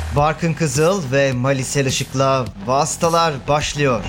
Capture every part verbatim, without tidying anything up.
Barkın Kızıl ve Malisel Işık'la Vastalar başlıyor.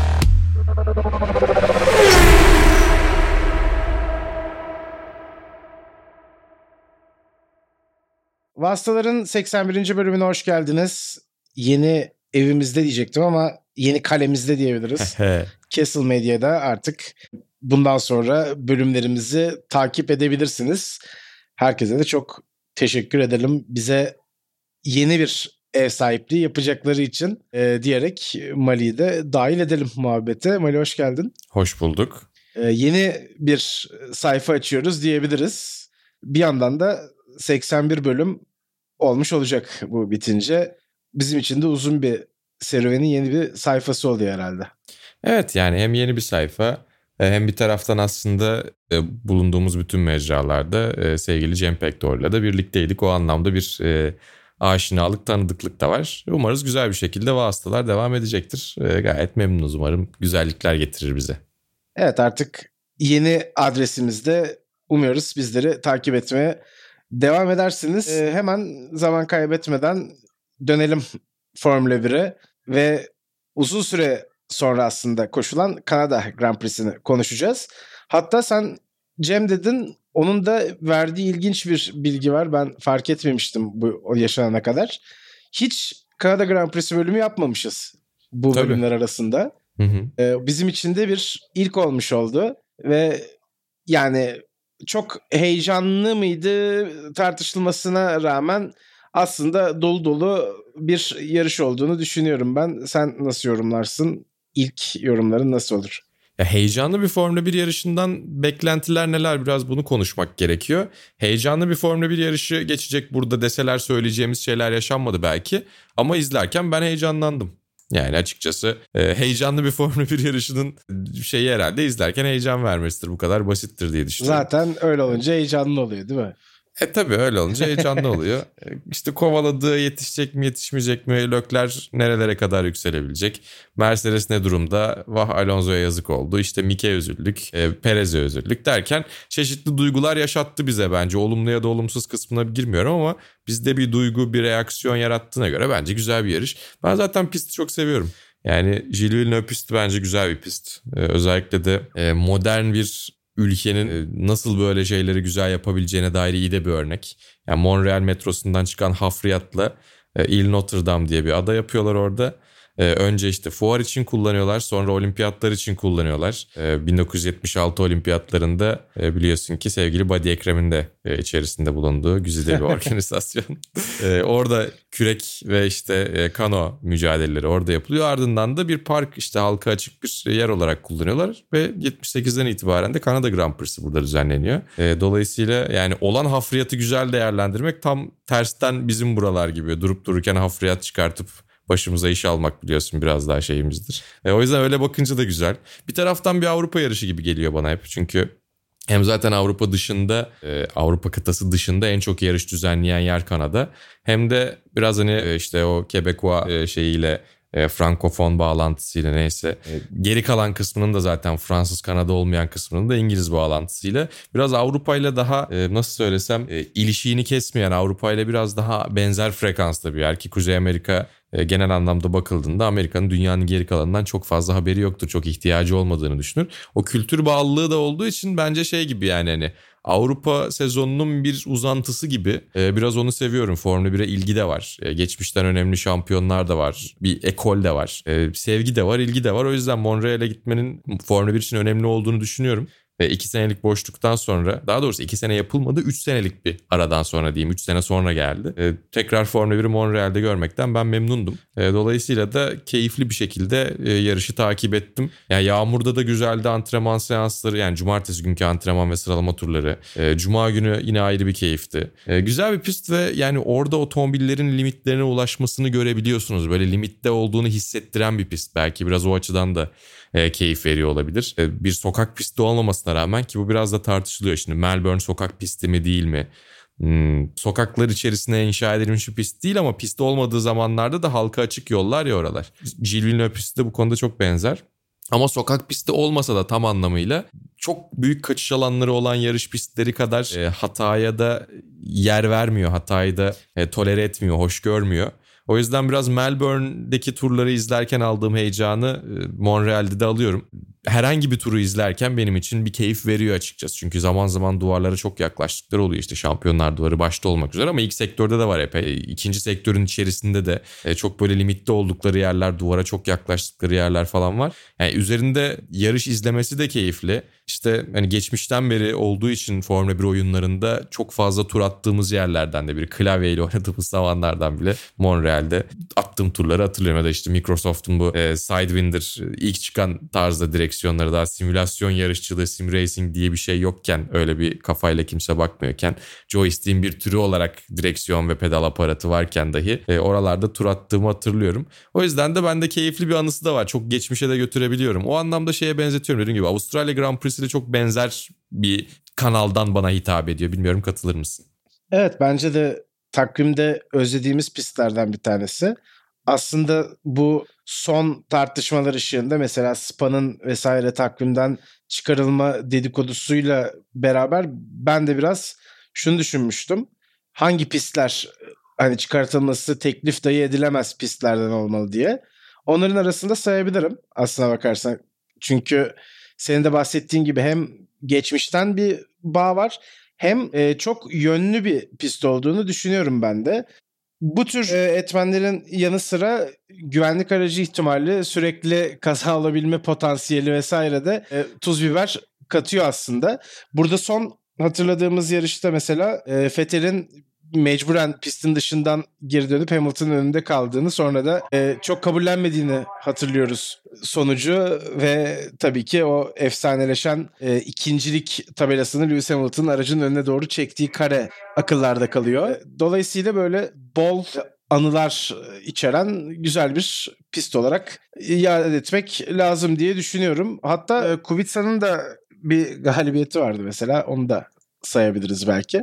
Vastalar'ın seksen birinci bölümüne hoş geldiniz. Yeni evimizde diyecektim ama yeni kalemizde diyebiliriz. Castle Media'da artık bundan sonra bölümlerimizi takip edebilirsiniz. Herkese de çok teşekkür edelim. Bize yeni bir ev sahipliği yapacakları için e, diyerek Mali'yi de dahil edelim muhabbete. Mali hoş geldin. Hoş bulduk. E, yeni bir sayfa açıyoruz diyebiliriz. Bir yandan da seksen bir bölüm olmuş olacak bu bitince. Bizim için de uzun bir serüvenin yeni bir sayfası oluyor herhalde. Evet, yani hem yeni bir sayfa hem bir taraftan aslında bulunduğumuz bütün mecralarda sevgili Cem Pektor'la da birlikteydik. O anlamda bir aşinalık, tanıdıklık da var. Umarız güzel bir şekilde vasıtalar devam edecektir. Gayet memnunuz, umarım güzellikler getirir bize. Evet, artık yeni adresimizde umuyoruz bizleri takip etmeye devam edersiniz. Ee, hemen zaman kaybetmeden dönelim Formula bire ve uzun süre sonra aslında koşulan Kanada Grand Prix'sini konuşacağız. Hatta sen Cem dedin, onun da verdiği ilginç bir bilgi var. Ben fark etmemiştim bu o yaşanana kadar. Hiç Kanada Grand Prix'si bölümü yapmamışız bu Tabii. bölümler arasında. Hı hı. Ee, bizim için de bir ilk olmuş oldu ve yani çok heyecanlı mıydı tartışılmasına rağmen aslında dolu dolu bir yarış olduğunu düşünüyorum ben. Sen nasıl yorumlarsın? İlk yorumların nasıl olur? Ya heyecanlı bir Formula bir yarışından beklentiler neler, biraz bunu konuşmak gerekiyor. Heyecanlı bir Formula bir yarışı geçecek burada deseler söyleyeceğimiz şeyler yaşanmadı belki. Ama izlerken ben heyecanlandım. Yani açıkçası heyecanlı bir Formula bir yarışının şeyi herhalde izlerken heyecan vermesidir. Bu kadar basittir diye düşünüyorum. Zaten öyle olunca heyecanlı oluyor değil mi? E tabii öyle olunca heyecanlı oluyor. İşte kovaladığı yetişecek mi yetişmeyecek mi? Leclerc nerelere kadar yükselebilecek? Mercedes ne durumda? Vah Alonso'ya yazık oldu. İşte Mick'e üzüldük. E, Perez'e üzüldük derken çeşitli duygular yaşattı bize bence. Olumlu ya da olumsuz kısmına girmiyorum ama bizde bir duygu, bir reaksiyon yarattığına göre bence güzel bir yarış. Ben zaten pisti çok seviyorum. Yani Gilles Villeneuve pisti bence güzel bir pist. Ee, özellikle de e, modern bir ülkenin nasıl böyle şeyleri güzel yapabileceğine dair iyi de bir örnek. Yani Montreal metrosundan çıkan hafriyatla e, Ile Notre Dame diye bir ada yapıyorlar orada. E, önce işte fuar için kullanıyorlar, sonra olimpiyatlar için kullanıyorlar. E, bin dokuz yüz yetmiş altı olimpiyatlarında e, biliyorsun ki sevgili Badi Ekrem'in de e, içerisinde bulunduğu güzide bir organizasyon. e, orada kürek ve işte e, kano mücadeleleri orada yapılıyor. Ardından da bir park, işte halka açık bir yer olarak kullanıyorlar ve yetmiş sekizden itibaren de Kanada Grand Prix'si burada düzenleniyor. E, dolayısıyla yani olan hafriyatı güzel değerlendirmek tam tersten bizim buralar gibi durup dururken hafriyat çıkartıp başımıza iş almak biliyorsun biraz daha şeyimizdir. E, o yüzden öyle bakınca da güzel. Bir taraftan bir Avrupa yarışı gibi geliyor bana hep. Çünkü hem zaten Avrupa dışında, e, Avrupa kıtası dışında en çok yarış düzenleyen yer Kanada. Hem de biraz hani e, işte o Quebecois e, şeyiyle, e, Frankofon bağlantısıyla neyse. E, geri kalan kısmının da zaten Fransız Kanada olmayan kısmının da İngiliz bağlantısıyla. Biraz Avrupa ile daha e, nasıl söylesem e, ilişiğini kesmeyen, Avrupa ile biraz daha benzer frekansta bir yer ki Kuzey Amerika e, genel anlamda bakıldığında Amerika'nın dünyanın geri kalanından çok fazla haberi yoktur. Çok ihtiyacı olmadığını düşünür. O kültür bağlılığı da olduğu için bence şey gibi yani hani Avrupa sezonunun bir uzantısı gibi. Ee, biraz onu seviyorum. Formula bire ilgi de var. Ee, geçmişten önemli şampiyonlar da var. Bir ekol de var. Ee, sevgi de var, ilgi de var. O yüzden Montreal'e gitmenin Formula bir için önemli olduğunu düşünüyorum. Ve iki senelik boşluktan sonra, daha doğrusu iki sene yapılmadı, üç senelik bir aradan sonra diyeyim. Üç sene sonra geldi. Ee, tekrar Formula biri Montreal'de görmekten ben memnundum. Ee, dolayısıyla da keyifli bir şekilde e, yarışı takip ettim. Yani yağmurda da güzeldi antrenman seansları. Yani cumartesi günkü antrenman ve sıralama turları. Ee, Cuma günü yine ayrı bir keyifti. Ee, güzel bir pist ve yani orada otomobillerin limitlerine ulaşmasını görebiliyorsunuz. Böyle limitte olduğunu hissettiren bir pist. Belki biraz o açıdan da E, keyif veriyor olabilir. E, bir sokak pisti olmamasına rağmen, ki bu biraz da tartışılıyor. Şimdi Melbourne sokak pisti mi değil mi? Hmm, sokaklar içerisine inşa edilmiş bir pist değil ama pist olmadığı zamanlarda da halka açık yollar ya oralar. Gilles Villeneuve pisti de bu konuda çok benzer. Ama sokak pisti olmasa da tam anlamıyla çok büyük kaçış alanları olan yarış pistleri kadar e, hataya da yer vermiyor. Hatayı da e, tolere etmiyor, hoş görmüyor. O yüzden biraz Melbourne'deki turları izlerken aldığım heyecanı Montreal'de de alıyorum. Herhangi bir turu izlerken benim için bir keyif veriyor açıkçası. Çünkü zaman zaman duvarlara çok yaklaştıkları oluyor. İşte Şampiyonlar Duvarı başta olmak üzere ama ilk sektörde de var epey. İkinci sektörün içerisinde de çok böyle limitli oldukları yerler, duvara çok yaklaştıkları yerler falan var. Yani üzerinde yarış izlemesi de keyifli. İşte hani geçmişten beri olduğu için Formula bir oyunlarında çok fazla tur attığımız yerlerden de biri. Klavyeyle oynadığımız zamanlardan bile Montreal'de attığım turları hatırlıyorum. Ya da işte Microsoft'un bu e, Sidewinder ilk çıkan tarzda direksiyonları, daha simülasyon yarışçılığı, sim racing diye bir şey yokken, öyle bir kafayla kimse bakmıyorken, joystick'in bir türü olarak direksiyon ve pedal aparatı varken dahi e, oralarda tur attığımı hatırlıyorum. O yüzden de bende keyifli bir anısı da var. Çok geçmişe de götürebiliyorum. O anlamda şeye benzetiyorum, dediğim gibi Avustralya Grand Prix'si de çok benzer bir kanaldan bana hitap ediyor. Bilmiyorum, katılır mısın? Evet, bence de takvimde özlediğimiz pistlerden bir tanesi. Aslında bu son tartışmalar ışığında mesela Spa'nın vesaire takvimden çıkarılma dedikodusuyla beraber ben de biraz şunu düşünmüştüm. Hangi pistler hani çıkartılması teklif dahi edilemez pistlerden olmalı diye. Onların arasında sayabilirim aslına bakarsan. Çünkü senin de bahsettiğin gibi hem geçmişten bir bağ var, hem e, çok yönlü bir pist olduğunu düşünüyorum ben de. Bu tür e, etmenlerin yanı sıra güvenlik aracı ihtimali, sürekli kaza olabilme potansiyeli vesaire de e, tuz biber katıyor aslında. Burada son hatırladığımız yarışta mesela e, Vettel'in mecburen pistin dışından geri dönüp Hamilton'ın önünde kaldığını, sonra da e, çok kabullenmediğini hatırlıyoruz sonucu ve tabii ki o efsaneleşen e, ikincilik tabelasını Lewis Hamilton'ın aracın önüne doğru çektiği kare akıllarda kalıyor. Dolayısıyla böyle bol anılar içeren güzel bir pist olarak iade etmek lazım diye düşünüyorum. Hatta e, Kubica'nın da bir galibiyeti vardı mesela, onu da sayabiliriz belki.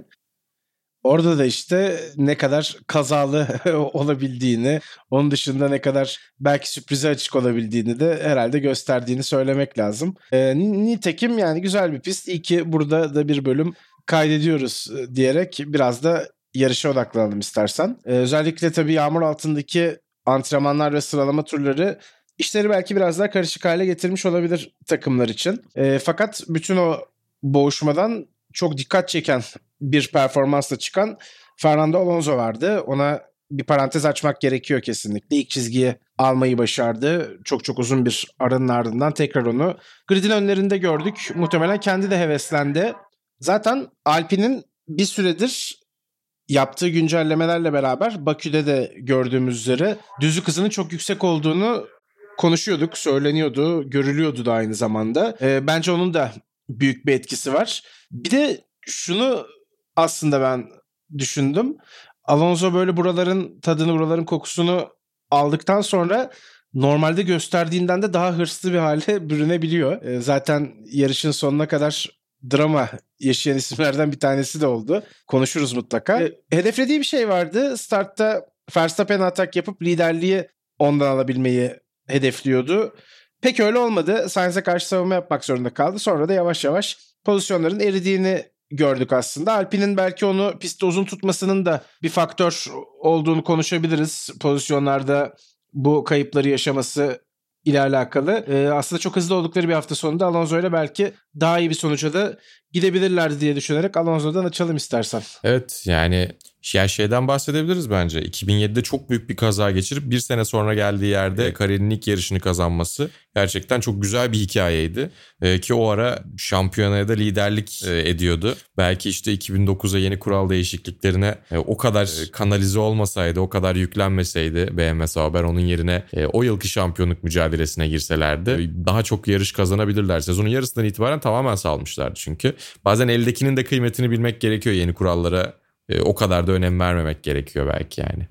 Orada da işte ne kadar kazalı olabildiğini, onun dışında ne kadar belki sürprize açık olabildiğini de herhalde gösterdiğini söylemek lazım. E, nitekim yani güzel bir pist. İyi ki burada da bir bölüm kaydediyoruz diyerek biraz da yarışa odaklanalım istersen. E, özellikle tabii yağmur altındaki antrenmanlar ve sıralama turları işleri belki biraz daha karışık hale getirmiş olabilir takımlar için. E, fakat bütün o boğuşmadan çok dikkat çeken bir performansla çıkan Fernando Alonso vardı. Ona bir parantez açmak gerekiyor kesinlikle. İlk çizgiyi almayı başardı. Çok çok uzun bir aranın ardından tekrar onu gridin önlerinde gördük. Muhtemelen kendi de heveslendi. Zaten Alpine'in bir süredir yaptığı güncellemelerle beraber Bakü'de de gördüğümüz üzere düzlük hızının çok yüksek olduğunu konuşuyorduk, söyleniyordu, görülüyordu da aynı zamanda. E, bence onun da büyük bir etkisi var. Bir de şunu aslında ben düşündüm. Alonso böyle buraların tadını, buraların kokusunu aldıktan sonra normalde gösterdiğinden de daha hırslı bir hale bürünebiliyor. E, zaten yarışın sonuna kadar drama yaşayan isimlerden bir tanesi de oldu. Konuşuruz mutlaka. E, hedeflediği bir şey vardı. Startta Verstappen'e atak yapıp liderliği ondan alabilmeyi hedefliyordu. Pek öyle olmadı. Sainz'e karşı savunma yapmak zorunda kaldı. Sonra da yavaş yavaş pozisyonların eridiğini gördük aslında. Alpine'in belki onu pistte uzun tutmasının da bir faktör olduğunu konuşabiliriz. Pozisyonlarda bu kayıpları yaşaması ile alakalı. Ee, aslında çok hızlı oldukları bir hafta sonunda Alonso ile belki daha iyi bir sonuca da gidebilirlerdi diye düşünerek Alonso'dan açalım istersen. Evet, yani ya şeyden bahsedebiliriz bence. iki bin yedide çok büyük bir kaza geçirip bir sene sonra geldiği yerde kariyerinin ilk yarışını kazanması gerçekten çok güzel bir hikayeydi. Ee, ki o ara şampiyonaya da liderlik e, ediyordu. Belki işte iki bin dokuza yeni kural değişikliklerine e, o kadar e, kanalize olmasaydı, o kadar yüklenmeseydi B M W Sauber, onun yerine e, o yılki şampiyonluk mücadelesine girselerdi daha çok yarış kazanabilirler. Sezonun yarısından itibaren tamamen salmışlardı çünkü. Bazen eldekinin de kıymetini bilmek gerekiyor, yeni kurallara e, o kadar da önem vermemek gerekiyor belki yani.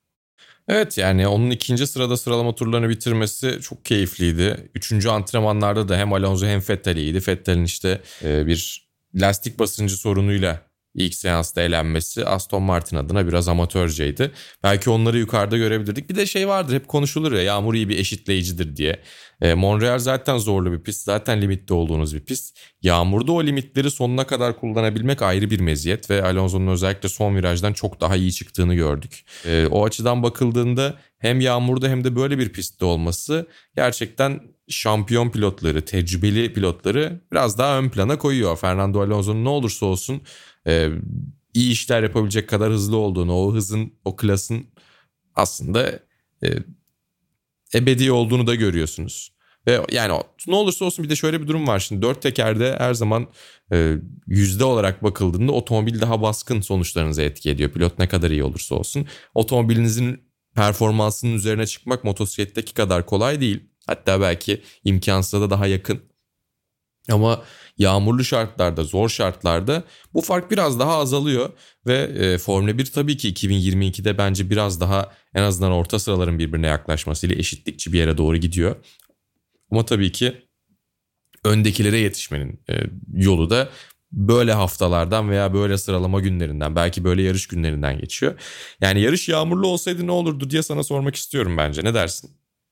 Evet, yani onun ikinci sırada sıralama turlarını bitirmesi çok keyifliydi. Üçüncü antrenmanlarda da hem Alonso hem Vettel iyiydi. Vettel'in işte e, bir lastik basıncı sorunuyla İlk seansta elenmesi Aston Martin adına biraz amatörceydi. Belki onları yukarıda görebilirdik. Bir de şey vardır, hep konuşulur ya, yağmur iyi bir eşitleyicidir diye. E, Montreal zaten zorlu bir pist. Zaten limitte olduğunuz bir pist. Yağmurda o limitleri sonuna kadar kullanabilmek ayrı bir meziyet. Ve Alonso'nun özellikle son virajdan çok daha iyi çıktığını gördük. E, o açıdan bakıldığında hem yağmurda hem de böyle bir pistte olması gerçekten şampiyon pilotları, tecrübeli pilotları biraz daha ön plana koyuyor. Fernando Alonso'nun ne olursa olsun e, iyi işler yapabilecek kadar hızlı olduğunu, o hızın, o klasın aslında e, ebedi olduğunu da görüyorsunuz. Ve yani ne olursa olsun bir de şöyle bir durum var. Şimdi dört tekerde her zaman e, yüzde olarak bakıldığında otomobil daha baskın sonuçlarınıza etki ediyor. Pilot ne kadar iyi olursa olsun. Otomobilinizin performansının üzerine çıkmak motosikletteki kadar kolay değil. Hatta belki imkansıza da daha yakın. Ama yağmurlu şartlarda, zor şartlarda bu fark biraz daha azalıyor. Ve e, Formula bir tabii ki iki bin yirmi ikide bence biraz daha en azından orta sıraların birbirine yaklaşmasıyla eşitlikçi bir yere doğru gidiyor. Ama tabii ki öndekilere yetişmenin e, yolu da böyle haftalardan veya böyle sıralama günlerinden, belki böyle yarış günlerinden geçiyor. Yani yarış yağmurlu olsaydı ne olurdu diye sana sormak istiyorum bence. Ne dersin?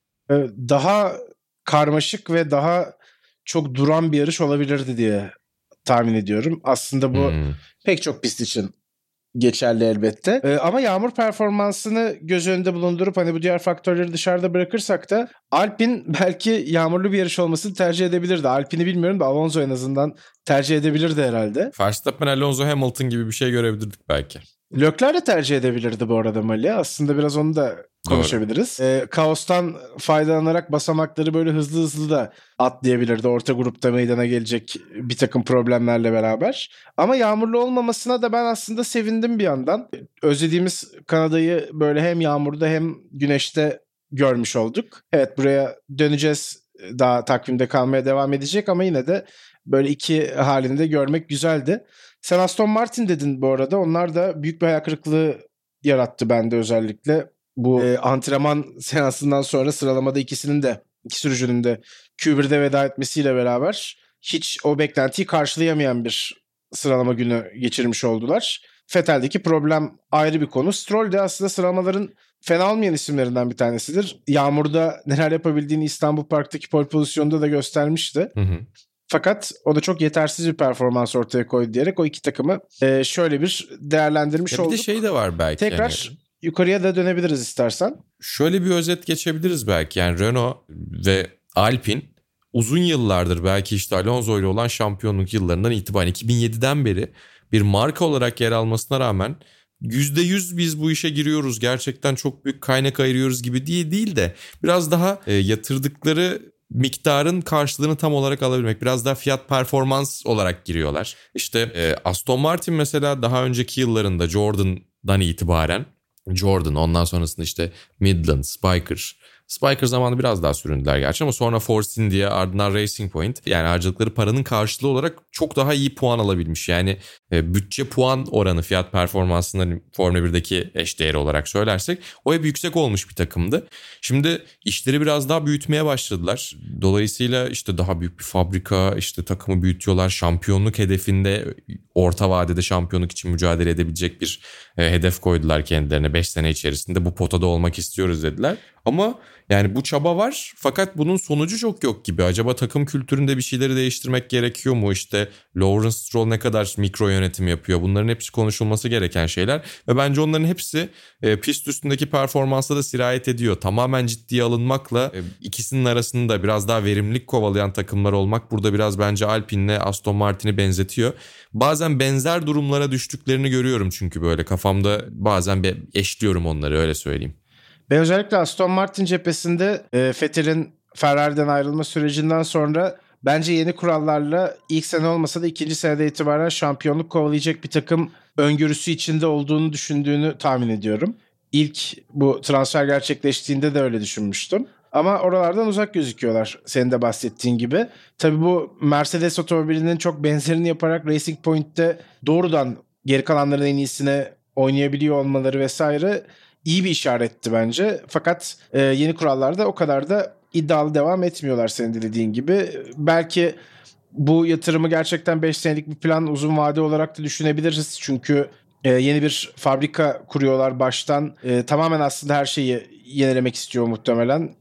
Daha karmaşık ve daha çok duran bir yarış olabilirdi diye tahmin ediyorum. Aslında bu hmm. pek çok pist için geçerli elbette. Ee, ama yağmur performansını göz önünde bulundurup hani bu diğer faktörleri dışarıda bırakırsak da Alpine belki yağmurlu bir yarış olmasını tercih edebilirdi. Alpine'i bilmiyorum da Alonso en azından tercih edebilirdi herhalde. Verstappen, Alonso, Hamilton gibi bir şey görebilirdik belki. Leclerc de tercih edebilirdi bu arada Mali. Aslında biraz onu da konuşabiliriz. Ee, kaostan faydalanarak basamakları böyle hızlı hızlı da atlayabilirdi. Orta grupta meydana gelecek bir takım problemlerle beraber. Ama yağmurlu olmamasına da ben aslında sevindim bir yandan. Özlediğimiz Kanada'yı böyle hem yağmurda hem güneşte görmüş olduk. Evet, buraya döneceğiz. Daha takvimde kalmaya devam edecek ama yine de böyle iki halinde görmek güzeldi. Sen Aston Martin dedin bu arada. Onlar da büyük bir hayal kırıklığı yarattı bende özellikle. Bu e, antrenman seansından sonra sıralamada ikisinin de, iki sürücünün de Q bir'de veda etmesiyle beraber hiç o beklentiyi karşılayamayan bir sıralama günü geçirmiş oldular. Vettel'deki problem ayrı bir konu. Stroll de aslında sıralamaların fena olmayan isimlerinden bir tanesidir. Yağmurda neler yapabildiğini İstanbul Park'taki pole pozisyonunda da göstermişti. Hı hı. Fakat o da çok yetersiz bir performans ortaya koydu diyerek o iki takımı e, şöyle bir değerlendirmiş ya olduk. Bir de şey de var belki. Tekrar yani, yukarıya da dönebiliriz istersen. Şöyle bir özet geçebiliriz belki. Yani Renault ve Alpine uzun yıllardır, belki işte Alonso ile olan şampiyonluk yıllarından itibaren iki bin yediden beri bir marka olarak yer almasına rağmen yüzde yüz biz bu işe giriyoruz, gerçekten çok büyük kaynak ayırıyoruz gibi değil, değil de biraz daha e, yatırdıkları miktarın karşılığını tam olarak alabilmek. Biraz daha fiyat performans olarak giriyorlar. İşte e, Aston Martin mesela daha önceki yıllarında Jordan'dan itibaren Jordan, ondan sonrasında işte Midland, Spiker. Spiker zamanı biraz daha süründüler gerçi ama sonra Force India, ardından Racing Point. Yani harcadıkları paranın karşılığı olarak çok daha iyi puan alabilmiş. Yani e, bütçe puan oranı fiyat performansından Formula birdeki eşdeğeri olarak söylersek o hep yüksek olmuş bir takımdı. Şimdi işleri biraz daha büyütmeye başladılar. Dolayısıyla işte daha büyük bir fabrika, işte takımı büyütüyorlar. Şampiyonluk hedefinde, orta vadede şampiyonluk için mücadele edebilecek bir e, hedef koydular kendilerine. beş sene içerisinde bu potada olmak istiyoruz dediler. Ama yani bu çaba var fakat bunun sonucu çok yok gibi. Acaba takım kültüründe bir şeyleri değiştirmek gerekiyor mu? İşte Lawrence Stroll ne kadar mikro yönetim yapıyor? Bunların hepsi konuşulması gereken şeyler. Ve bence onların hepsi e, pist üstündeki performansa da sirayet ediyor. Tamamen ciddiye alınmakla e, ikisinin arasında biraz daha verimlilik kovalayan takımlar olmak burada biraz bence Alpine'le Aston Martin'i benzetiyor. Bazen benzer durumlara düştüklerini görüyorum çünkü böyle kafamda bazen eşliyorum onları, öyle söyleyeyim. Ben özellikle Aston Martin cephesinde e, Vettel'in Ferrari'den ayrılma sürecinden sonra bence yeni kurallarla ilk sene olmasa da ikinci senede itibaren şampiyonluk kovalayacak bir takım öngörüsü içinde olduğunu düşündüğünü tahmin ediyorum. İlk bu transfer gerçekleştiğinde de öyle düşünmüştüm. Ama oralardan uzak gözüküyorlar senin de bahsettiğin gibi. Tabii bu Mercedes otomobilinin çok benzerini yaparak Racing Point'te doğrudan geri kalanların en iyisine oynayabiliyor olmaları vesaire iyi bir işaretti bence. Fakat e, yeni kurallarda o kadar da iddialı devam etmiyorlar senin de dediğin gibi. Belki Bu yatırımı gerçekten beş senelik bir plan, uzun vade olarak da düşünebiliriz. Çünkü e, yeni bir fabrika kuruyorlar baştan. E, tamamen aslında her şeyi yenilemek istiyor muhtemelen.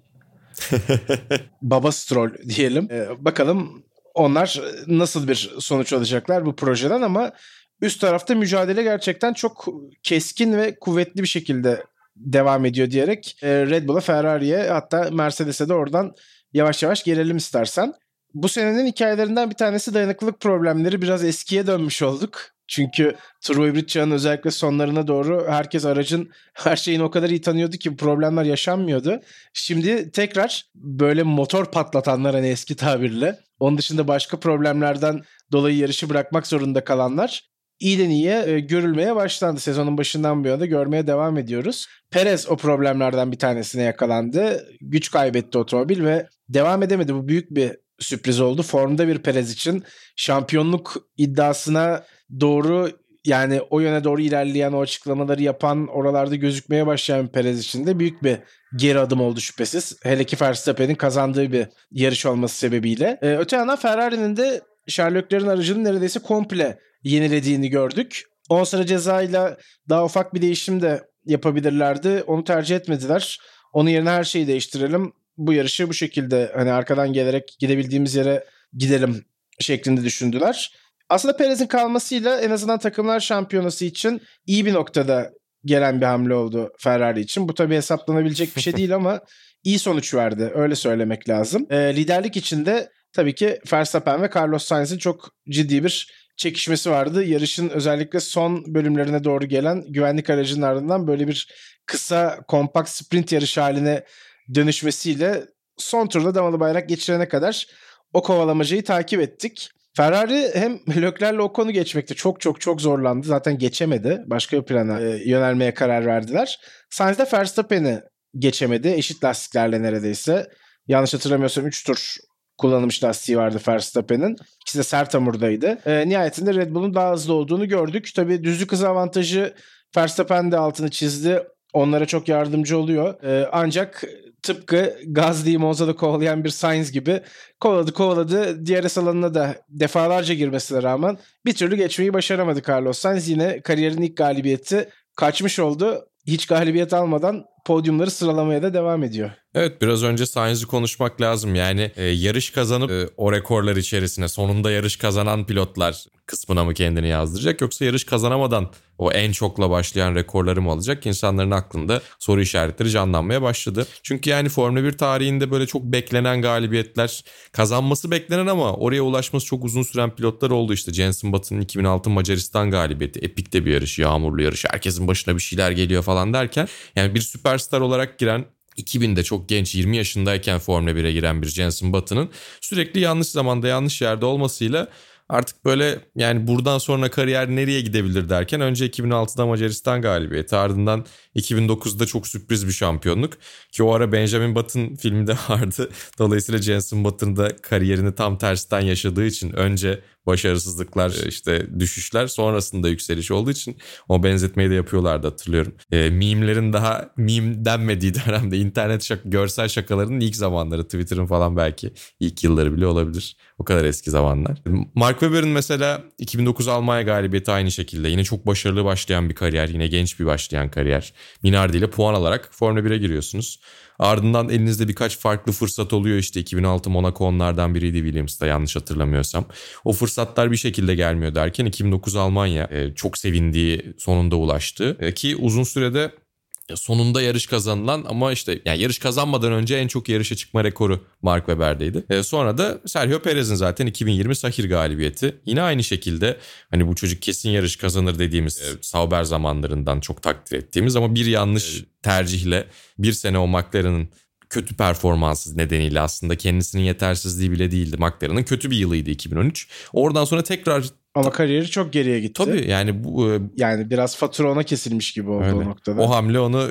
Baba Stroll diyelim. E, bakalım onlar nasıl bir sonuç alacaklar bu projeden, ama üst tarafta mücadele gerçekten çok keskin ve kuvvetli bir şekilde devam ediyor diyerek e, Red Bull'a, Ferrari'ye, hatta Mercedes'e de oradan yavaş yavaş gelelim istersen. Bu senenin hikayelerinden bir tanesi dayanıklılık problemleri. Biraz eskiye dönmüş olduk. Çünkü turbo hibrit çağının özellikle sonlarına doğru herkes aracın her şeyini o kadar iyi tanıyordu ki problemler yaşanmıyordu. Şimdi tekrar böyle motor patlatanlar, hani eski tabirle, onun dışında başka problemlerden dolayı yarışı bırakmak zorunda kalanlar iyiden iyiye e, görülmeye başlandı. Sezonun başından bu yana görmeye devam ediyoruz. Perez o problemlerden bir tanesine yakalandı. Güç kaybetti otomobil ve devam edemedi. Bu büyük bir sürpriz oldu. Formda bir Perez için şampiyonluk iddiasına doğru, yani o yöne doğru ilerleyen, o açıklamaları yapan, oralarda gözükmeye başlayan Perez için de büyük bir geri adım oldu şüphesiz. Hele ki Verstappen'in kazandığı bir yarış olması sebebiyle. Ee, öte yandan Ferrari'nin de Charles Leclerc'in aracını neredeyse komple yenilediğini gördük. on sıra cezayla daha ufak bir değişim de yapabilirlerdi. Onu tercih etmediler. Onun yerine her şeyi değiştirelim, bu yarışı bu şekilde hani arkadan gelerek gidebildiğimiz yere gidelim şeklinde düşündüler. Aslında Perez'in kalmasıyla en azından takımlar şampiyonası için iyi bir noktada gelen bir hamle oldu Ferrari için. Bu tabii hesaplanabilecek bir şey değil ama iyi sonuç verdi, öyle söylemek lazım. E, liderlik için de tabii ki Verstappen ve Carlos Sainz'in çok ciddi bir çekişmesi vardı. Yarışın özellikle son bölümlerine doğru gelen güvenlik aracının ardından böyle bir kısa, kompakt sprint yarışı haline dönüşmesiyle son turda damalı bayrak geçirene kadar o kovalamacayı takip ettik. Ferrari hem Leclerc'le Ocon'u geçmekte çok çok çok zorlandı. Zaten geçemedi. Başka bir plana e, yönelmeye karar verdiler. Sainz de Verstappen'i geçemedi. Eşit lastiklerle neredeyse. Yanlış hatırlamıyorsam üç tur kullanılmış lastiği vardı Verstappen'in. İkisi de sert hamurdaydı. E, nihayetinde Red Bull'un daha hızlı olduğunu gördük. Tabii düzlük hızı avantajı Verstappen de altını çizdi. Onlara çok yardımcı oluyor. E, ancak tıpkı Gasly'yi Monza'da kovalayan bir Sainz gibi kovaladı kovaladı. D R S alanına da defalarca girmesine rağmen bir türlü geçmeyi başaramadı Carlos Sainz. Yine kariyerin ilk galibiyeti kaçmış oldu. Hiç galibiyet almadan podyumları sıralamaya da devam ediyor. Evet, biraz önce Sainz'i konuşmak lazım. Yani e, yarış kazanıp e, o rekorlar içerisine sonunda yarış kazanan pilotlar kısmına mı kendini yazdıracak, yoksa yarış kazanamadan o en çokla başlayan rekorları mı alacak? İnsanların aklında soru işaretleri canlanmaya başladı. Çünkü yani Formula bir tarihinde böyle çok beklenen galibiyetler, kazanması beklenen ama oraya ulaşması çok uzun süren pilotlar oldu. İşte Jenson Button'ın iki bin altı Macaristan galibiyeti, epik de bir yarış, yağmurlu yarış, herkesin başına bir şeyler geliyor falan derken, yani bir süperstar olarak giren, iki binde çok genç, yirmi yaşındayken Formula bire giren bir Jenson Button'ın sürekli yanlış zamanda yanlış yerde olmasıyla artık böyle, yani buradan sonra kariyer nereye gidebilir derken, önce iki bin altıda Macaristan galibiyeti, ardından iki bin dokuzda çok sürpriz bir şampiyonluk ki o ara Benjamin Button filmi de vardı. Dolayısıyla Jenson Button da kariyerini tam tersten yaşadığı için önce başarısızlıklar, işte düşüşler, sonrasında yükseliş olduğu için o benzetmeyi de yapıyorlardı, hatırlıyorum. E, mimlerin daha meme denmediği dönemde, internet şak- görsel şakalarının ilk zamanları, Twitter'ın falan belki ilk yılları bile olabilir. O kadar eski zamanlar. Mark Webber'in mesela iki bin dokuz Almanya galibiyeti aynı şekilde. Yine çok başarılı başlayan bir kariyer, yine genç bir başlayan kariyer. Minardi ile puan alarak Formula bire giriyorsunuz. Ardından elinizde birkaç farklı fırsat oluyor. İşte iki bin altı Monaco onlardan biriydi Williams'ta, yanlış hatırlamıyorsam. O fırsatlar bir şekilde gelmiyor derken iki bin dokuz Almanya e, çok sevindiği, sonunda ulaştı. E, ki uzun sürede sonunda yarış kazanılan ama işte yani yarış kazanmadan önce en çok yarışa çıkma rekoru Mark Webber'deydi. E, sonra da Sergio Perez'in zaten iki bin yirmi Sakir galibiyeti. Yine aynı şekilde hani bu çocuk kesin yarış kazanır dediğimiz, e, Sauber zamanlarından çok takdir ettiğimiz ama bir yanlış tercihle bir sene o McLaren'ın kötü performansı nedeniyle, aslında kendisinin yetersizliği bile değildi, McLaren'ın kötü bir yılıydı iki bin on üç. Oradan sonra tekrar ama kariyeri çok geriye gitti. Tabii yani bu yani biraz fatura ona kesilmiş gibi oldu öyle. O noktada. O hamle onu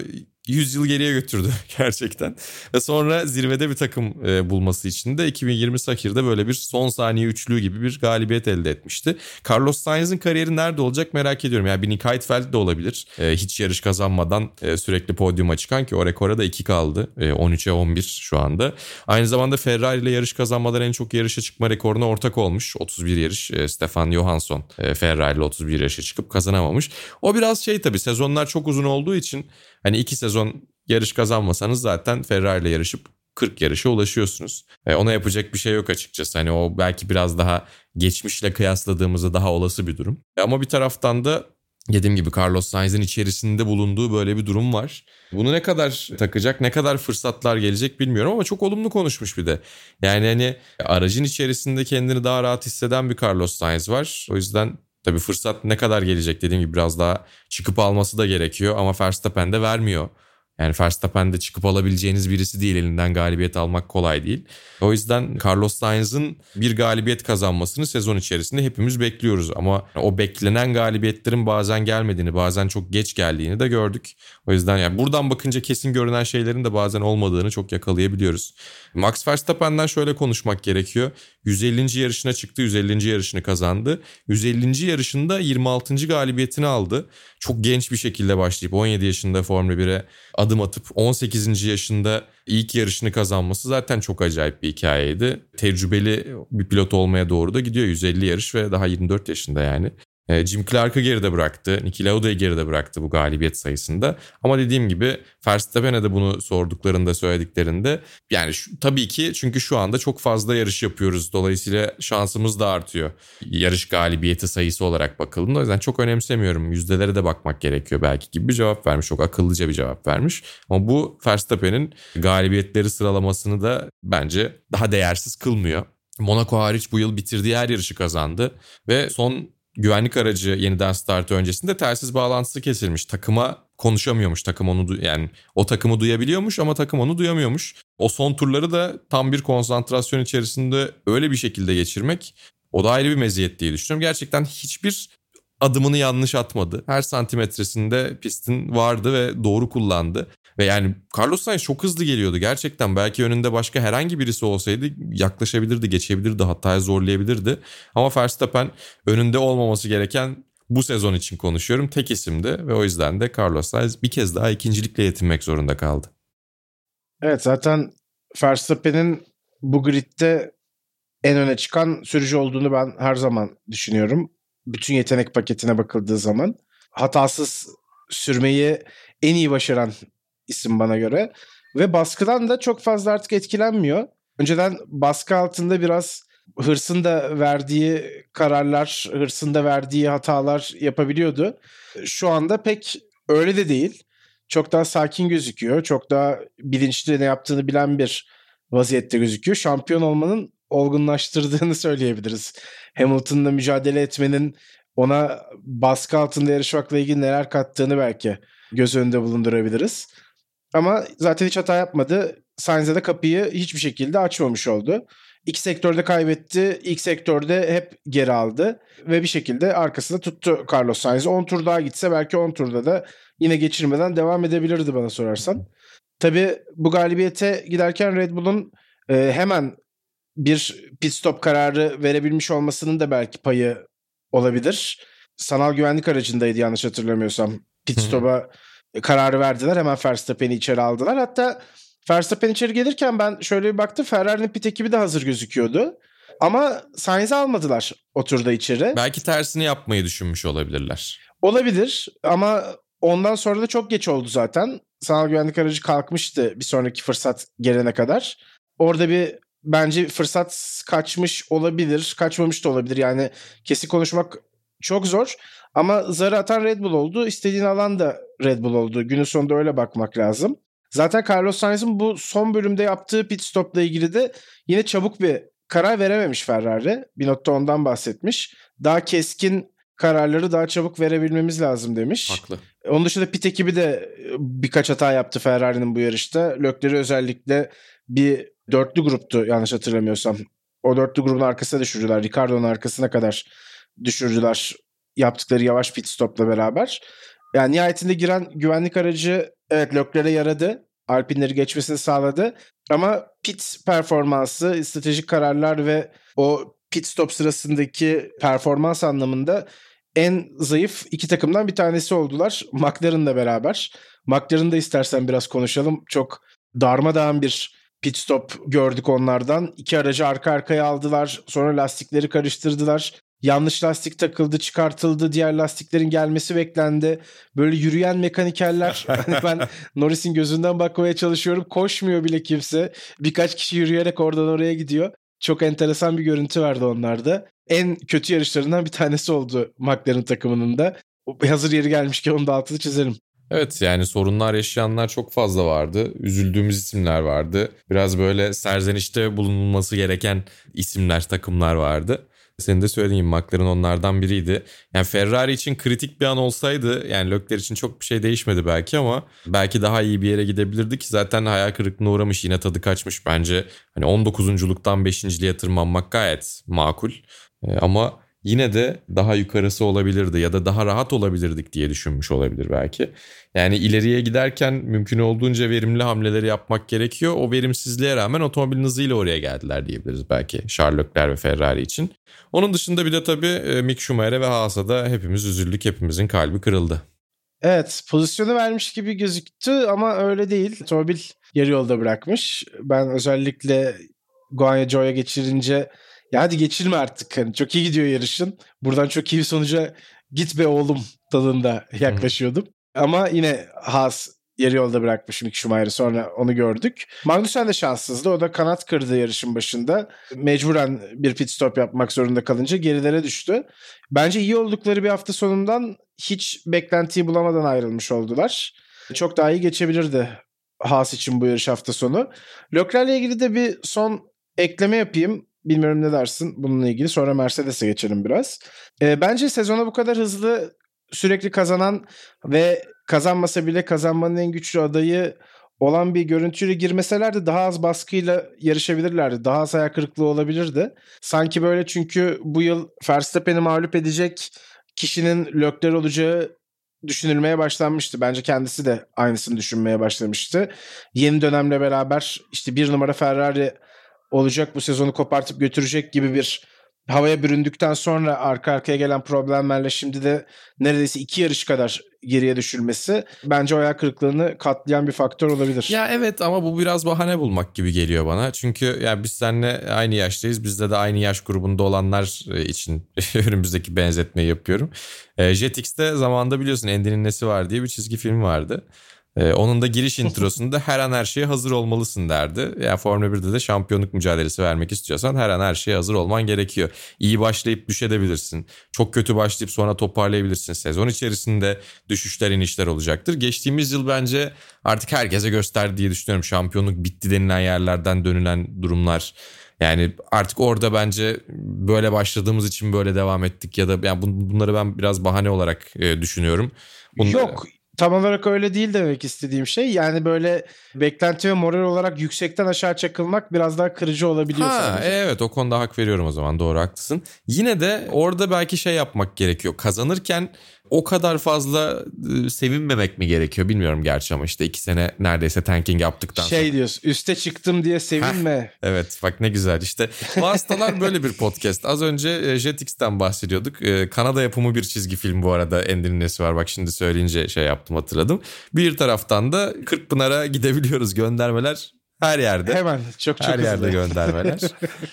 yüz yıl geriye götürdü gerçekten. Ve sonra zirvede bir takım e, bulması için de iki bin yirmi Sakir'de böyle bir son saniye üçlüğü gibi bir galibiyet elde etmişti. Carlos Sainz'in kariyeri nerede olacak merak ediyorum. Yani bir Nick Heidfeld de olabilir. E, hiç yarış kazanmadan e, sürekli podyuma çıkan, ki o rekora da iki kaldı. E, on üçe on bir şu anda. Aynı zamanda Ferrari ile yarış kazanmadan en çok yarışa çıkma rekoruna ortak olmuş. otuz bir yarış. E, Stefan Johansson e, Ferrari ile otuz bir yarışa çıkıp kazanamamış. O biraz şey tabii, sezonlar çok uzun olduğu için hani iki sezon yarış kazanmasanız zaten Ferrari ile yarışıp kırk yarışa ulaşıyorsunuz. E, ona yapacak bir şey yok açıkçası. Hani o belki biraz daha geçmişle kıyasladığımızda daha olası bir durum. E, ama bir taraftan da dediğim gibi Carlos Sainz'in içerisinde bulunduğu böyle bir durum var. Bunu ne kadar takacak, ne kadar fırsatlar gelecek bilmiyorum ama çok olumlu konuşmuş bir de. Yani hani aracın içerisinde kendini daha rahat hisseden bir Carlos Sainz var. O yüzden tabii fırsat ne kadar gelecek, dediğim gibi biraz daha çıkıp alması da gerekiyor ama Verstappen de vermiyor. Yani Verstappen de çıkıp alabileceğiniz birisi değil, elinden galibiyet almak kolay değil. O yüzden Carlos Sainz'ın bir galibiyet kazanmasını sezon içerisinde hepimiz bekliyoruz. Ama o beklenen galibiyetlerin bazen gelmediğini, bazen çok geç geldiğini de gördük. O yüzden yani buradan bakınca kesin görünen şeylerin de bazen olmadığını çok yakalayabiliyoruz. Max Verstappen'den şöyle konuşmak gerekiyor. yüz ellinci yarışına çıktı, yüz ellinci yarışını kazandı. yüz ellinci yarışında yirmi altıncı galibiyetini aldı. Çok genç bir şekilde başlayıp on yedi yaşında Formula bire adım atıp on sekizinci yaşında ilk yarışını kazanması zaten çok acayip bir hikayeydi. Tecrübeli bir pilot olmaya doğru da gidiyor. yüz elli yarış ve daha yirmi dört yaşında yani. Jim Clark'ı geride bıraktı. Niki Lauda'yı geride bıraktı bu galibiyet sayısında. Ama dediğim gibi Verstappen'e de bunu sorduklarında, söylediklerinde yani şu, tabii ki çünkü şu anda çok fazla yarış yapıyoruz. Dolayısıyla şansımız da artıyor. Yarış galibiyeti sayısı olarak bakıldığında. O yüzden çok önemsemiyorum. Yüzdelere de bakmak gerekiyor belki gibi bir cevap vermiş. Çok akıllıca bir cevap vermiş. Ama bu Verstappen'in galibiyetleri sıralamasını da bence daha değersiz kılmıyor. Monaco hariç bu yıl bitirdiği her yarışı kazandı. Ve son güvenlik aracı yeniden startı öncesinde telsiz bağlantısı kesilmiş. Takıma konuşamıyormuş. Takım onu yani o takımı duyabiliyormuş ama takım onu duyamıyormuş. O son turları da tam bir konsantrasyon içerisinde öyle bir şekilde geçirmek, o da ayrı bir meziyet diye düşünüyorum. Gerçekten hiçbir adımını yanlış atmadı. Her santimetresinde pistin vardı ve doğru kullandı. Ve yani Carlos Sainz çok hızlı geliyordu gerçekten. Belki önünde başka herhangi birisi olsaydı yaklaşabilirdi, geçebilirdi, hataya zorlayabilirdi. Ama Verstappen önünde olmaması gereken, bu sezon için konuşuyorum, tek isimdi. Ve o yüzden de Carlos Sainz bir kez daha ikincilikle yetinmek zorunda kaldı. Evet, zaten Verstappen'in bu gridde en öne çıkan sürücü olduğunu ben her zaman düşünüyorum. Bütün yetenek paketine bakıldığı zaman hatasız sürmeyi en iyi başaran isim bana göre. Ve baskıdan da çok fazla artık etkilenmiyor. Önceden baskı altında biraz hırsın da verdiği kararlar, hırsın da verdiği hatalar yapabiliyordu. Şu anda pek öyle de değil. Çok daha sakin gözüküyor. Çok daha bilinçli ne yaptığını bilen bir vaziyette gözüküyor. Şampiyon olmanın olgunlaştırdığını söyleyebiliriz. Hamilton'la mücadele etmenin ona baskı altında yarışmakla ilgili neler kattığını belki göz önünde bulundurabiliriz. Ama zaten hiç hata yapmadı. Sainz'e de kapıyı hiçbir şekilde açmamış oldu. İki sektörde kaybetti. İlk sektörde hep geri aldı. Ve bir şekilde arkasında tuttu Carlos Sainz. on tur daha gitse belki on turda da yine geçirmeden devam edebilirdi bana sorarsan. Tabii bu galibiyete giderken Red Bull'un e, hemen bir pit stop kararı verebilmiş olmasının da belki payı olabilir. Sanal güvenlik aracındaydı yanlış hatırlamıyorsam. Pit stop'a kararı verdiler. Hemen Verstappen'i içeri aldılar. Hatta Verstappen içeri gelirken ben şöyle bir baktım. Ferrari'nin pit ekibi de hazır gözüküyordu. Ama Sainz'i almadılar o turda içeri. Belki tersini yapmayı düşünmüş olabilirler. Olabilir ama ondan sonra da çok geç oldu zaten. Sanal güvenlik aracı kalkmıştı bir sonraki fırsat gelene kadar. Orada bir bence fırsat kaçmış olabilir. Kaçmamış da olabilir. Yani kesin konuşmak çok zor. Ama zarı atan Red Bull oldu. İstediğin alan da Red Bull oldu. Günün sonunda öyle bakmak lazım. Zaten Carlos Sainz'in bu son bölümde yaptığı pit stopla ilgili de yine çabuk bir karar verememiş Ferrari. Bir notta ondan bahsetmiş. Daha keskin kararları daha çabuk verebilmemiz lazım demiş. Haklı. Onun dışında pit ekibi de birkaç hata yaptı Ferrari'nin bu yarışta. Leclerc'i özellikle bir dörtlü gruptu yanlış hatırlamıyorsam. O dörtlü grubun arkasına düşürdüler. Ricardo'nun arkasına kadar düşürdüler yaptıkları yavaş pit stopla beraber. Yani nihayetinde giren güvenlik aracı Evet, Leclerc'e yaradı. Alpine'leri geçmesini sağladı. Ama pit performansı, stratejik kararlar ve o pit stop sırasındaki performans anlamında en zayıf iki takımdan bir tanesi oldular. McLaren'la beraber. McLaren'da istersen biraz konuşalım. Çok darmadağın bir pit stop gördük onlardan. İki aracı arka arkaya aldılar. Sonra lastikleri karıştırdılar. Yanlış lastik takıldı, çıkartıldı. Diğer lastiklerin gelmesi beklendi. Böyle yürüyen mekanikerler. Hani ben Norris'in gözünden bakmaya çalışıyorum. Koşmuyor bile kimse. Birkaç kişi yürüyerek oradan oraya gidiyor. Çok enteresan bir görüntü vardı onlarda. En kötü yarışlarından bir tanesi oldu McLaren takımının da. Hazır yeri gelmişken onu da altını çizelim. Evet, yani sorunlar yaşayanlar çok fazla vardı. Üzüldüğümüz isimler vardı. Biraz böyle serzenişte bulunulması gereken isimler, takımlar vardı. Senin de söylediğin McLaren onlardan biriydi. Yani Ferrari için kritik bir an olsaydı, yani Leclerc için çok bir şey değişmedi belki ama belki daha iyi bir yere gidebilirdi ki zaten hayal kırıklığına uğramış, yine tadı kaçmış bence. Hani on dokuzunculuktan beşinciliğe tırmanmak gayet makul. Ee, ama yine de daha yukarısı olabilirdi ya da daha rahat olabilirdik diye düşünmüş olabilir belki. Yani ileriye giderken mümkün olduğunca verimli hamleleri yapmak gerekiyor. O verimsizliğe rağmen otomobilin hızıyla oraya geldiler diyebiliriz belki Charles Leclerc ve Ferrari için. Onun dışında bir de tabii Mick Schumacher'e ve Haas'a da hepimiz üzüldük, hepimizin kalbi kırıldı. Evet, pozisyonu vermiş gibi gözüktü ama öyle değil. Otomobil yarı yolda bırakmış. Ben özellikle Guan Yu Zhou'ya geçirince ya hadi geçirme artık. Hani çok iyi gidiyor yarışın. Buradan çok iyi bir sonuca git be oğlum tadında yaklaşıyordum. Ama yine Haas yarı yolda bırakmış Mick Schumacher'ı, sonra onu gördük. Magnussen de şanssızdı. O da kanat kırdı yarışın başında. Mecburen bir pit stop yapmak zorunda kalınca gerilere düştü. Bence iyi oldukları bir hafta sonundan hiç beklentiyi bulamadan ayrılmış oldular. Çok daha iyi geçebilirdi Haas için bu yarış hafta sonu. Leclerc'le ilgili de bir son ekleme yapayım. Bilmiyorum ne dersin bununla ilgili. Sonra Mercedes'e geçelim biraz. E, bence sezona bu kadar hızlı sürekli kazanan ve kazanmasa bile kazanmanın en güçlü adayı olan bir görüntüyle girmeselerdi daha az baskıyla yarışabilirlerdi. Daha az hayal kırıklığı olabilirdi. Sanki böyle, çünkü bu yıl Verstappen'i mağlup edecek kişinin Leclerc olacağı düşünülmeye başlanmıştı. Bence kendisi de aynısını düşünmeye başlamıştı. Yeni dönemle beraber işte bir numara Ferrari olacak, bu sezonu kopartıp götürecek gibi bir havaya büründükten sonra arka arkaya gelen problemlerle şimdi de neredeyse iki yarış kadar geriye düşülmesi bence o hayal kırıklığını katlayan bir faktör olabilir. Ya evet, ama bu biraz bahane bulmak gibi geliyor bana. Çünkü yani biz seninle aynı yaştayız. Bizde de aynı yaş grubunda olanlar için önümüzdeki benzetmeyi yapıyorum. Jetix'te zamanında biliyorsun Andy'nin Nesi Var diye bir çizgi film vardı. Ee, onun da giriş introsunda her an her şeye hazır olmalısın derdi. Yani Formula birde de şampiyonluk mücadelesi vermek istiyorsan her an her şeye hazır olman gerekiyor. İyi başlayıp düşebilirsin. Çok kötü başlayıp sonra toparlayabilirsin. Sezon içerisinde düşüşler inişler olacaktır. Geçtiğimiz yıl bence artık herkese gösterdi diye düşünüyorum. Şampiyonluk bitti denilen yerlerden dönülen durumlar. Yani artık orada bence böyle başladığımız için böyle devam ettik ya da yani bunları ben biraz bahane olarak e, düşünüyorum. Bunları... Yok. Tam olarak öyle değil demek istediğim şey. Yani böyle beklenti ve moral olarak yüksekten aşağı çakılmak biraz daha kırıcı olabiliyor ha, sadece. Evet, o konuda hak veriyorum o zaman, doğru, haklısın. Yine de orada belki şey yapmak gerekiyor. Kazanırken o kadar fazla e, sevinmemek mi gerekiyor bilmiyorum gerçi ama işte iki sene neredeyse tanking yaptıktan şey sonra. Şey diyorsun, üste çıktım diye sevinme. Heh, evet bak ne güzel işte. Vasıtalar böyle bir podcast. Az önce e, Jetix'ten bahsediyorduk. E, Kanada yapımı bir çizgi film bu arada, Andy'nin Nesi Var. Bak şimdi söyleyince şey yaptım, hatırladım. Bir taraftan da Kırkpınar'a gidebiliyoruz, göndermeler her yerde. Hemen çok çok her hızlı. yerde göndermeler.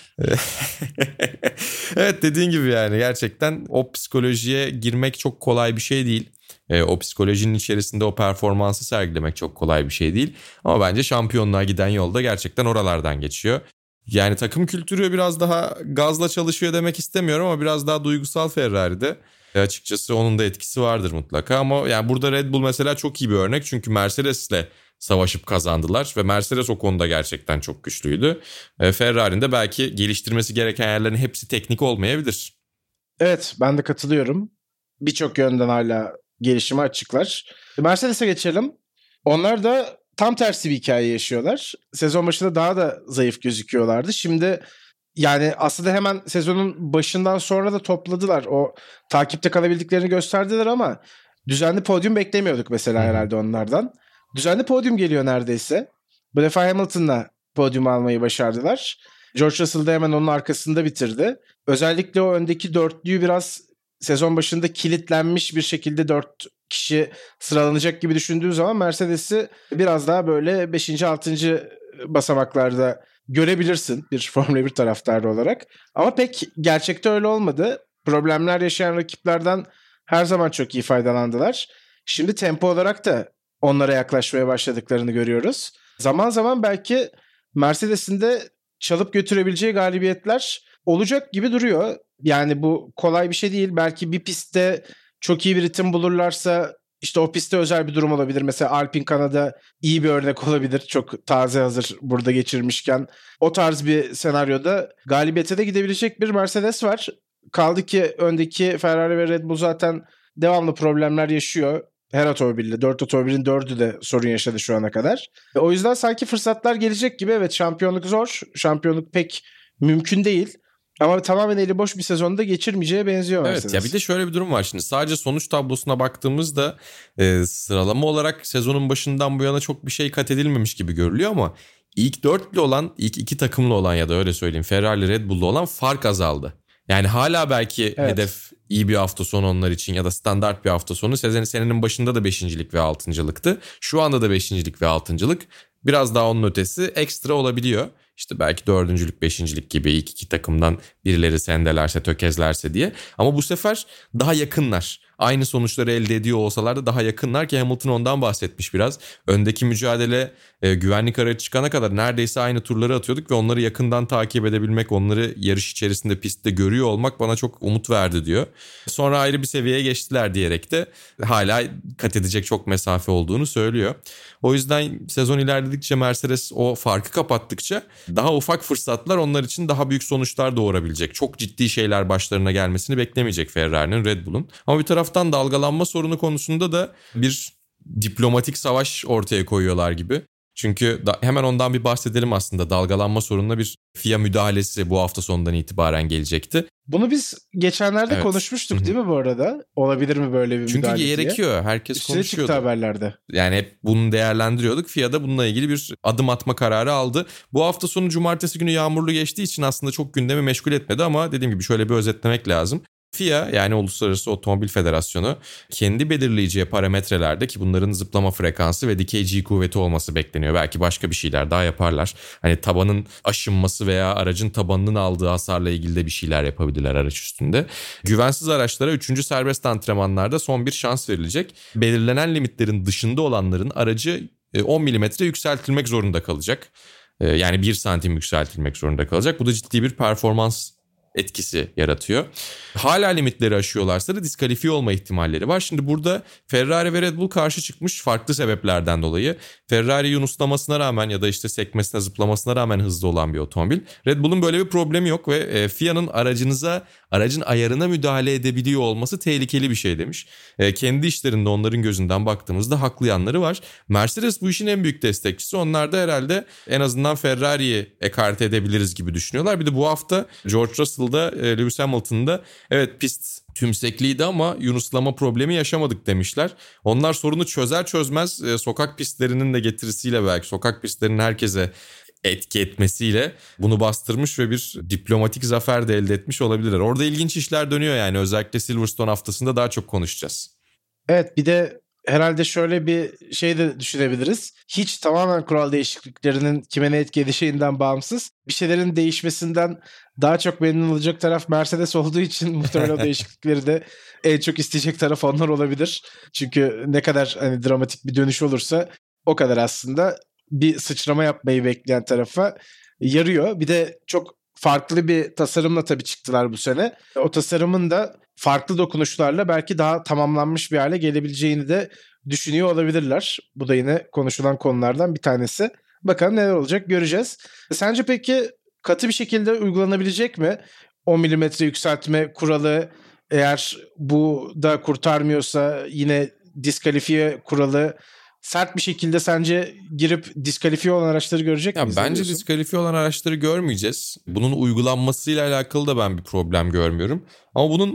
Evet, dediğin gibi yani gerçekten o psikolojiye girmek çok kolay bir şey değil. E, o psikolojinin içerisinde o performansı sergilemek çok kolay bir şey değil. Ama bence şampiyonluğa giden yolda gerçekten oralardan geçiyor. Yani takım kültürü biraz daha gazla çalışıyor demek istemiyorum ama biraz daha duygusal Ferrari'de. E, açıkçası onun da etkisi vardır mutlaka ama yani burada Red Bull mesela çok iyi bir örnek. Çünkü Mercedes'le savaşıp kazandılar ve Mercedes o konuda gerçekten çok güçlüydü. E, Ferrari'nin de belki geliştirmesi gereken yerlerin hepsi teknik olmayabilir. Evet, ben de katılıyorum. Birçok yönden hala gelişime açıklar. Mercedes'e geçelim. Onlar da tam tersi bir hikaye yaşıyorlar. Sezon başında daha da zayıf gözüküyorlardı. Şimdi yani aslında hemen sezonun başından sonra da topladılar. O takipte kalabildiklerini gösterdiler ama düzenli podyum beklemiyorduk mesela herhalde onlardan. düzenli podyum geliyor neredeyse. Bu defa Hamilton'la podyum almayı başardılar. George Russell da hemen onun arkasında bitirdi. Özellikle o öndeki dörtlüyü biraz sezon başında kilitlenmiş bir şekilde dört kişi sıralanacak gibi düşündüğü zaman Mercedes'i biraz daha böyle beşinci altıncı basamaklarda görebilirsin bir Formula bir taraftarı olarak. Ama pek gerçekte öyle olmadı. Problemler yaşayan rakiplerden her zaman çok iyi faydalandılar. Şimdi tempo olarak da onlara yaklaşmaya başladıklarını görüyoruz. Zaman zaman belki Mercedes'in de çalıp götürebileceği galibiyetler olacak gibi duruyor. Yani bu kolay bir şey değil. Belki bir pistte çok iyi bir ritim bulurlarsa işte o pistte özel bir durum olabilir. Mesela Alpine Kanada iyi bir örnek olabilir. Çok taze hazır burada geçirmişken. O tarz bir senaryoda galibiyete de gidebilecek bir Mercedes var. Kaldı ki öndeki Ferrari ve Red Bull zaten devamlı problemler yaşıyor. Her otomobille. Dört otomobilin dördü de sorun yaşadı şu ana kadar. O yüzden sanki fırsatlar gelecek gibi. Evet, şampiyonluk zor. Şampiyonluk pek mümkün değil. Ama tamamen eli boş bir sezonda geçirmeyeceğe benziyor Mercedes. Evet ya, bir de şöyle bir durum var şimdi. Sadece sonuç tablosuna baktığımızda e, sıralama olarak sezonun başından bu yana çok bir şey kat edilmemiş gibi görülüyor ama ilk dörtlü olan, ilk iki takımlı olan ya da öyle söyleyeyim Ferrari Red Bull'lu olan fark azaldı. Yani hala belki evet, hedef iyi bir hafta sonu onlar için ya da standart bir hafta sonu. Sezon senenin başında da beşincilik ve altıncılıktı. Şu anda da beşincilik ve altıncılık. Biraz daha onun ötesi ekstra olabiliyor. İşte belki dördüncülük, beşincilik gibi ilk iki takımdan birileri sendelerse, tökezlerse diye. Ama bu sefer daha yakınlar. Aynı sonuçları elde ediyor olsalar da daha yakınlar ki Hamilton ondan bahsetmiş biraz. Öndeki mücadele e, güvenlik aracı çıkana kadar neredeyse aynı turları atıyorduk ve onları yakından takip edebilmek, onları yarış içerisinde pistte görüyor olmak bana çok umut verdi diyor. Sonra ayrı bir seviyeye geçtiler diyerek de hala kat edecek çok mesafe olduğunu söylüyor. O yüzden sezon ilerledikçe Mercedes o farkı kapattıkça daha ufak fırsatlar onlar için daha büyük sonuçlar doğurabilecek. Çok ciddi şeyler başlarına gelmesini beklemeyecek Ferrari'nin, Red Bull'un. Ama bir taraftan dalgalanma sorunu konusunda da bir diplomatik savaş ortaya koyuyorlar gibi. Çünkü da, hemen ondan bir bahsedelim aslında. Dalgalanma sorununa bir F I A müdahalesi bu hafta sonundan itibaren gelecekti. Bunu biz geçenlerde evet, konuşmuştuk değil mi bu arada? Olabilir mi böyle bir Çünkü müdahale diye? Çünkü gerekiyor. Herkes Üstüne konuşuyordu. çıktı haberlerde. Yani hep bunu değerlendiriyorduk. F I A da bununla ilgili bir adım atma kararı aldı. Bu hafta sonu cumartesi günü yağmurlu geçtiği için aslında çok gündemi meşgul etmedi ama dediğim gibi şöyle bir özetlemek lazım. F I A yani Uluslararası Otomobil Federasyonu kendi belirleyeceği parametrelerde ki bunların zıplama frekansı ve dikey G kuvveti olması bekleniyor. Belki başka bir şeyler daha yaparlar. Hani tabanın aşınması veya aracın tabanının aldığı hasarla ilgili de bir şeyler yapabilirler araç üstünde. Güvensiz araçlara üçüncü serbest antrenmanlarda son bir şans verilecek. Belirlenen limitlerin dışında olanların aracı on milimetre yükseltilmek zorunda kalacak. Yani bir santim yükseltilmek zorunda kalacak. Bu da ciddi bir performans etkisi yaratıyor. Hala limitleri aşıyorlarsa da diskalifiye olma ihtimalleri var. Şimdi burada Ferrari ve Red Bull karşı çıkmış farklı sebeplerden dolayı. Ferrari yunuslamasına rağmen ya da işte sekmesine zıplamasına rağmen hızlı olan bir otomobil. Red Bull'un böyle bir problemi yok ve F I A'nın aracınıza, aracın ayarına müdahale edebiliyor olması tehlikeli bir şey demiş. Kendi işlerinde onların gözünden baktığımızda haklı yanları var. Mercedes bu işin en büyük destekçisi. Onlar da herhalde en azından Ferrari'yi ekarte edebiliriz gibi düşünüyorlar. Bir de bu hafta George Russell'da, Lewis Hamilton'da evet pist tümsekliydi ama yunuslama problemi yaşamadık demişler. Onlar sorunu çözer çözmez sokak pistlerinin de getirisiyle belki sokak pistlerinin herkese etki etmesiyle bunu bastırmış ve bir diplomatik zafer de elde etmiş olabilirler. Orada ilginç işler dönüyor yani özellikle Silverstone haftasında daha çok konuşacağız. Evet, bir de herhalde şöyle bir şey de düşünebiliriz. Hiç tamamen kural değişikliklerinin kime ne etki edeceğinden bağımsız bir şeylerin değişmesinden daha çok memnun olacak taraf Mercedes olduğu için muhtemelen o değişiklikleri de en çok isteyecek taraf onlar olabilir. Çünkü ne kadar hani dramatik bir dönüş olursa o kadar aslında bir sıçrama yapmayı bekleyen tarafa yarıyor. Bir de çok farklı bir tasarımla tabii çıktılar bu sene. O tasarımın da farklı dokunuşlarla belki daha tamamlanmış bir hale gelebileceğini de düşünüyor olabilirler. Bu da yine konuşulan konulardan bir tanesi. Bakalım neler olacak, göreceğiz. Sence peki katı bir şekilde uygulanabilecek mi? on milimetre yükseltme kuralı, eğer bu da kurtarmıyorsa yine diskalifiye kuralı sert bir şekilde sence girip diskalifiye olan araçları görecek ya miyiz? Bence diskalifiye olan araçları görmeyeceğiz. Bunun uygulanmasıyla alakalı da ben bir problem görmüyorum. Ama bunun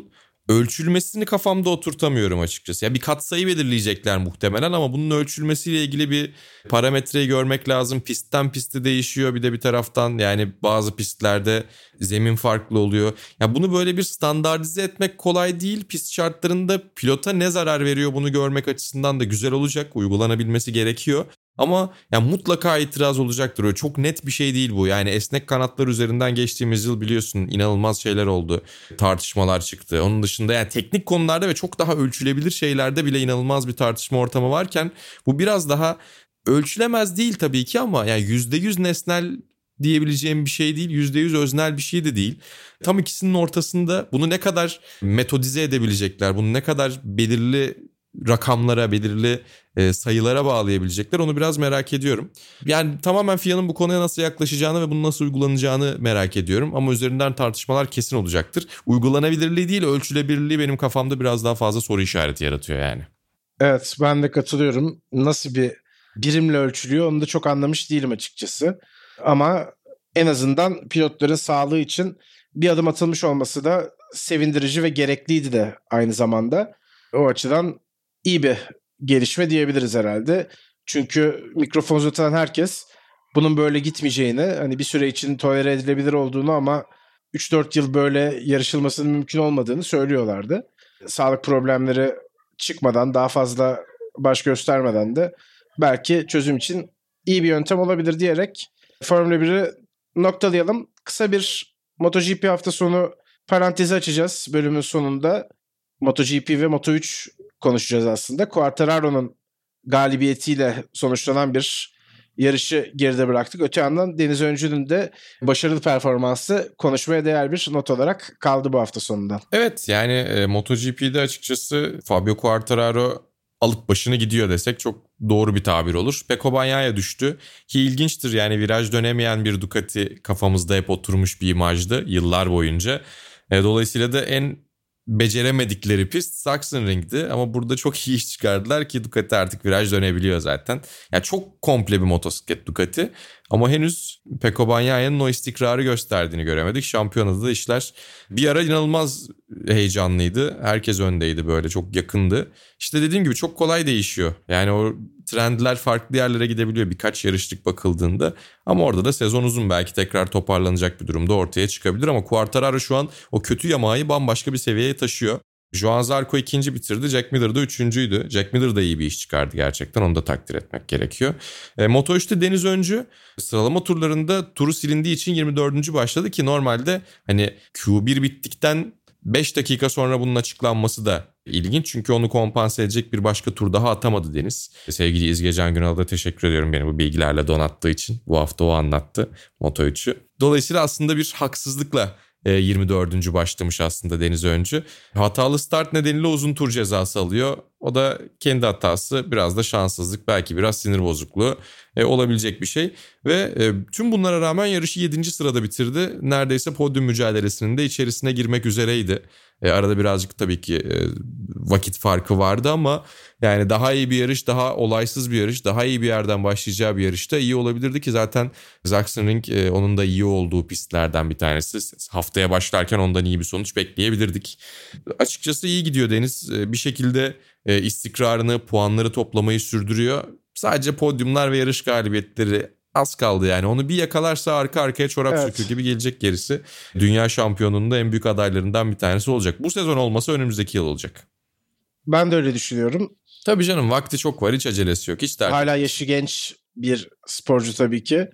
ölçülmesini kafamda oturtamıyorum açıkçası. Ya bir katsayı belirleyecekler muhtemelen ama bunun ölçülmesiyle ilgili bir parametreyi görmek lazım. Pistten piste değişiyor bir de bir taraftan. Yani bazı pistlerde zemin farklı oluyor. Ya bunu böyle bir standartize etmek kolay değil. Pist şartlarında pilota ne zarar veriyor bunu görmek açısından da güzel olacak. Uygulanabilmesi gerekiyor. Ama yani mutlaka itiraz olacaktır. Öyle çok net bir şey değil bu. Yani esnek kanatlar üzerinden geçtiğimiz yıl biliyorsun inanılmaz şeyler oldu. Tartışmalar çıktı. Onun dışında yani teknik konularda ve çok daha ölçülebilir şeylerde bile inanılmaz bir tartışma ortamı varken bu biraz daha ölçülemez değil tabii ki ama yani yüzde yüz nesnel diyebileceğim bir şey değil. yüzde yüz öznel bir şey de değil. Tam ikisinin ortasında bunu ne kadar metodize edebilecekler, bunu ne kadar belirli rakamlara, belirli e, sayılara bağlayabilecekler onu biraz merak ediyorum. Yani tamamen F I A'nın bu konuya nasıl yaklaşacağını ve bunu nasıl uygulanacağını merak ediyorum. Ama üzerinden tartışmalar kesin olacaktır. Uygulanabilirliği değil, ölçülebilirliği benim kafamda biraz daha fazla soru işareti yaratıyor yani. Evet, ben de katılıyorum. Nasıl bir birimle ölçülüyor onu da çok anlamış değilim açıkçası. Ama en azından pilotların sağlığı için bir adım atılmış olması da sevindirici ve gerekliydi de aynı zamanda. O açıdan iyi bir gelişme diyebiliriz herhalde. Çünkü mikrofon uzatan herkes bunun böyle gitmeyeceğini, hani bir süre için tolere edilebilir olduğunu ama üç dört yıl böyle yarışılmasının mümkün olmadığını söylüyorlardı. Sağlık problemleri çıkmadan, daha fazla baş göstermeden de belki çözüm için iyi bir yöntem olabilir diyerek Formula biri noktalayalım. Kısa bir MotoGP hafta sonu parantezi açacağız bölümün sonunda. MotoGP ve Moto üç konuşacağız aslında. Quartararo'nun galibiyetiyle sonuçlanan bir yarışı geride bıraktık. Öte yandan Deniz Öncü'nün de başarılı performansı konuşmaya değer bir not olarak kaldı bu hafta sonunda. Evet yani e, MotoGP'de açıkçası Fabio Quartararo alıp başını gidiyor desek çok doğru bir tabir olur. Pecco Bagnaia düştü ki ilginçtir yani viraj dönemeyen bir Ducati kafamızda hep oturmuş bir imajdı yıllar boyunca. E, dolayısıyla da en beceremedikleri pist Sachsenring'di ama burada çok iyi iş çıkardılar ki Ducati artık viraj dönebiliyor zaten. Yani çok komple bir motosiklet Ducati ama henüz Pecco Bagnaia'nın o istikrarı gösterdiğini göremedik. Şampiyonada da işler bir ara inanılmaz heyecanlıydı. Herkes öndeydi böyle çok yakındı. İşte dediğim gibi çok kolay değişiyor. Yani o trendler farklı yerlere gidebiliyor birkaç yarışlık bakıldığında. Ama orada da sezon uzun belki tekrar toparlanacak bir durumda ortaya çıkabilir. Ama Quartararo şu an o kötü yamağı bambaşka bir seviyeye taşıyor. Joan Zarco ikinci bitirdi. Jack Miller da üçüncüydü. Jack Miller da iyi bir iş çıkardı gerçekten. Onu da takdir etmek gerekiyor. E, Moto üçte Deniz Öncü sıralama turlarında turu silindiği için yirmi dördüncü başladı ki normalde hani Q bir bittikten beş dakika sonra bunun açıklanması da ilginç. Çünkü onu kompanse edecek bir başka tur daha atamadı Deniz. Sevgili İzgecan Günal'a da teşekkür ediyorum beni bu bilgilerle donattığı için. Bu hafta o anlattı Moto üçü. Dolayısıyla aslında bir haksızlıkla yirmi dördüncü başlamış aslında Deniz Öncü. Hatalı start nedeniyle uzun tur cezası alıyor. O da kendi hatası, biraz da şanssızlık, belki biraz sinir bozukluğu e, olabilecek bir şey. Ve e, tüm bunlara rağmen yarışı yedinci sırada bitirdi. Neredeyse podyum mücadelesinin de içerisine girmek üzereydi. E, arada birazcık tabii ki e, vakit farkı vardı ama yani daha iyi bir yarış, daha olaysız bir yarış, daha iyi bir yerden başlayacağı bir yarışta iyi olabilirdi ki zaten Sachsenring e, onun da iyi olduğu pistlerden bir tanesi. Haftaya başlarken ondan iyi bir sonuç bekleyebilirdik. Açıkçası iyi gidiyor Deniz. E, bir şekilde e, istikrarını, puanları toplamayı sürdürüyor. Sadece podyumlar ve yarış galibiyetleri az kaldı yani. Onu bir yakalarsa arka arkaya çorap evet. söküğü gibi gelecek gerisi. Dünya şampiyonunun da en büyük adaylarından bir tanesi olacak. Bu sezon olmasa önümüzdeki yıl olacak. Ben de öyle düşünüyorum. Tabii canım vakti çok var, hiç acelesi yok. Hiç dert. Hala yaşı genç bir sporcu tabii ki.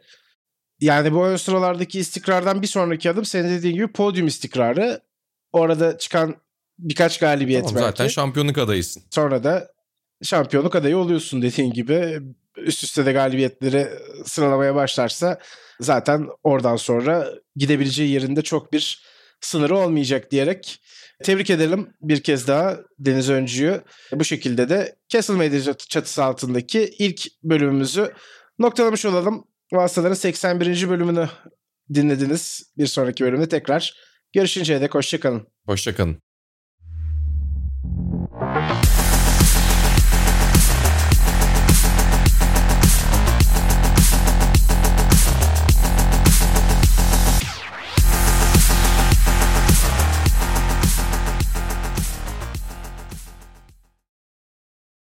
Yani bu ön sıralardaki istikrardan bir sonraki adım senin dediğin gibi podyum istikrarı. Orada çıkan birkaç galibiyet Tamam, belki. zaten şampiyonluk adayısın. Sonra da şampiyonluk adayı oluyorsun dediğin gibi. Üst üste de galibiyetleri sıralamaya başlarsa zaten oradan sonra gidebileceği yerinde çok bir sınırı olmayacak diyerek tebrik edelim bir kez daha Deniz Öncü'yü. Bu şekilde de Castle Media çatısı altındaki ilk bölümümüzü noktalamış olalım. Vasıtaların seksen birinci bölümünü dinlediniz. Bir sonraki bölümde tekrar görüşünceye dek hoşça kalın. Hoşça kalın.